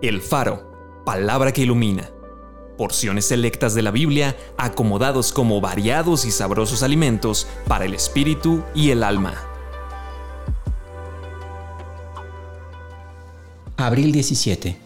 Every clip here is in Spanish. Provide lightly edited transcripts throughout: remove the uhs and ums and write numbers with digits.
El Faro, palabra que ilumina. Porciones selectas de la Biblia acomodados como variados y sabrosos alimentos para el espíritu y el alma. Abril 17.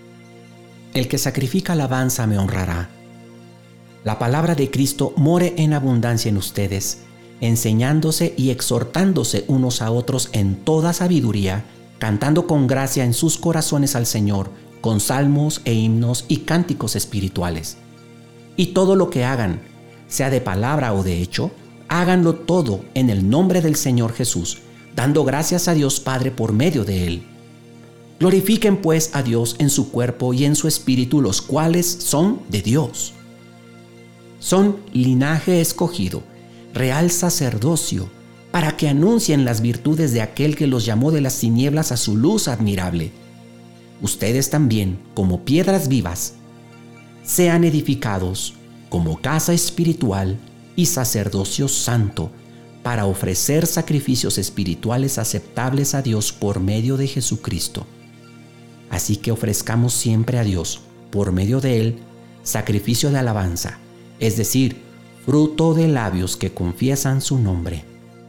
El que sacrifica alabanza me honrará. La palabra de Cristo more en abundancia en ustedes, enseñándose y exhortándose unos a otros en toda sabiduría, cantando con gracia en sus corazones al Señor, con salmos e himnos y cánticos espirituales. Y todo lo que hagan, sea de palabra o de hecho, háganlo todo en el nombre del Señor Jesús, dando gracias a Dios Padre por medio de Él. Glorifiquen pues a Dios en su cuerpo y en su espíritu, los cuales son de Dios. Son linaje escogido, real sacerdocio, para que anuncien las virtudes de aquel que los llamó de las tinieblas a su luz admirable. Ustedes también, como piedras vivas, sean edificados como casa espiritual y sacerdocio santo, para ofrecer sacrificios espirituales aceptables a Dios por medio de Jesucristo. Así que ofrezcamos siempre a Dios, por medio de Él, sacrificio de alabanza, es decir, fruto de labios que confiesan su nombre.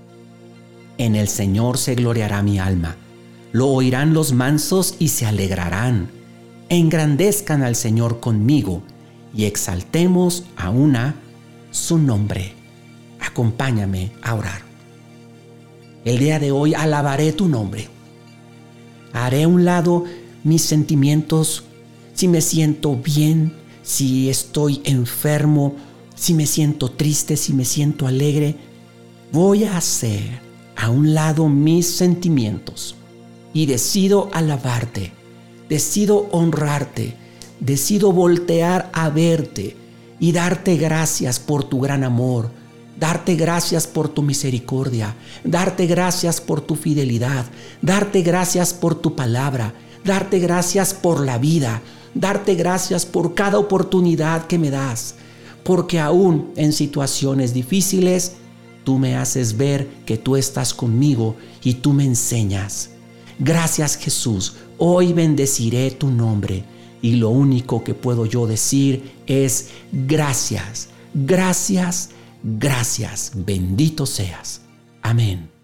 En el Señor se gloriará mi alma. Lo oirán los mansos y se alegrarán. Engrandezcan al Señor conmigo y exaltemos a una su nombre. Acompáñame a orar. El día de hoy alabaré tu nombre. Haré a un lado mis sentimientos, si me siento bien, si estoy enfermo, si me siento triste, si me siento alegre. Voy a hacer a un lado mis sentimientos y decido alabarte, decido honrarte, decido voltear a verte y darte gracias por tu gran amor, darte gracias por tu misericordia, darte gracias por tu fidelidad, darte gracias por tu palabra, darte gracias por la vida, darte gracias por cada oportunidad que me das, porque aún en situaciones difíciles, tú me haces ver que tú estás conmigo y tú me enseñas. Gracias, Jesús. Hoy bendeciré tu nombre y lo único que puedo yo decir es gracias, gracias, gracias. Bendito seas. Amén.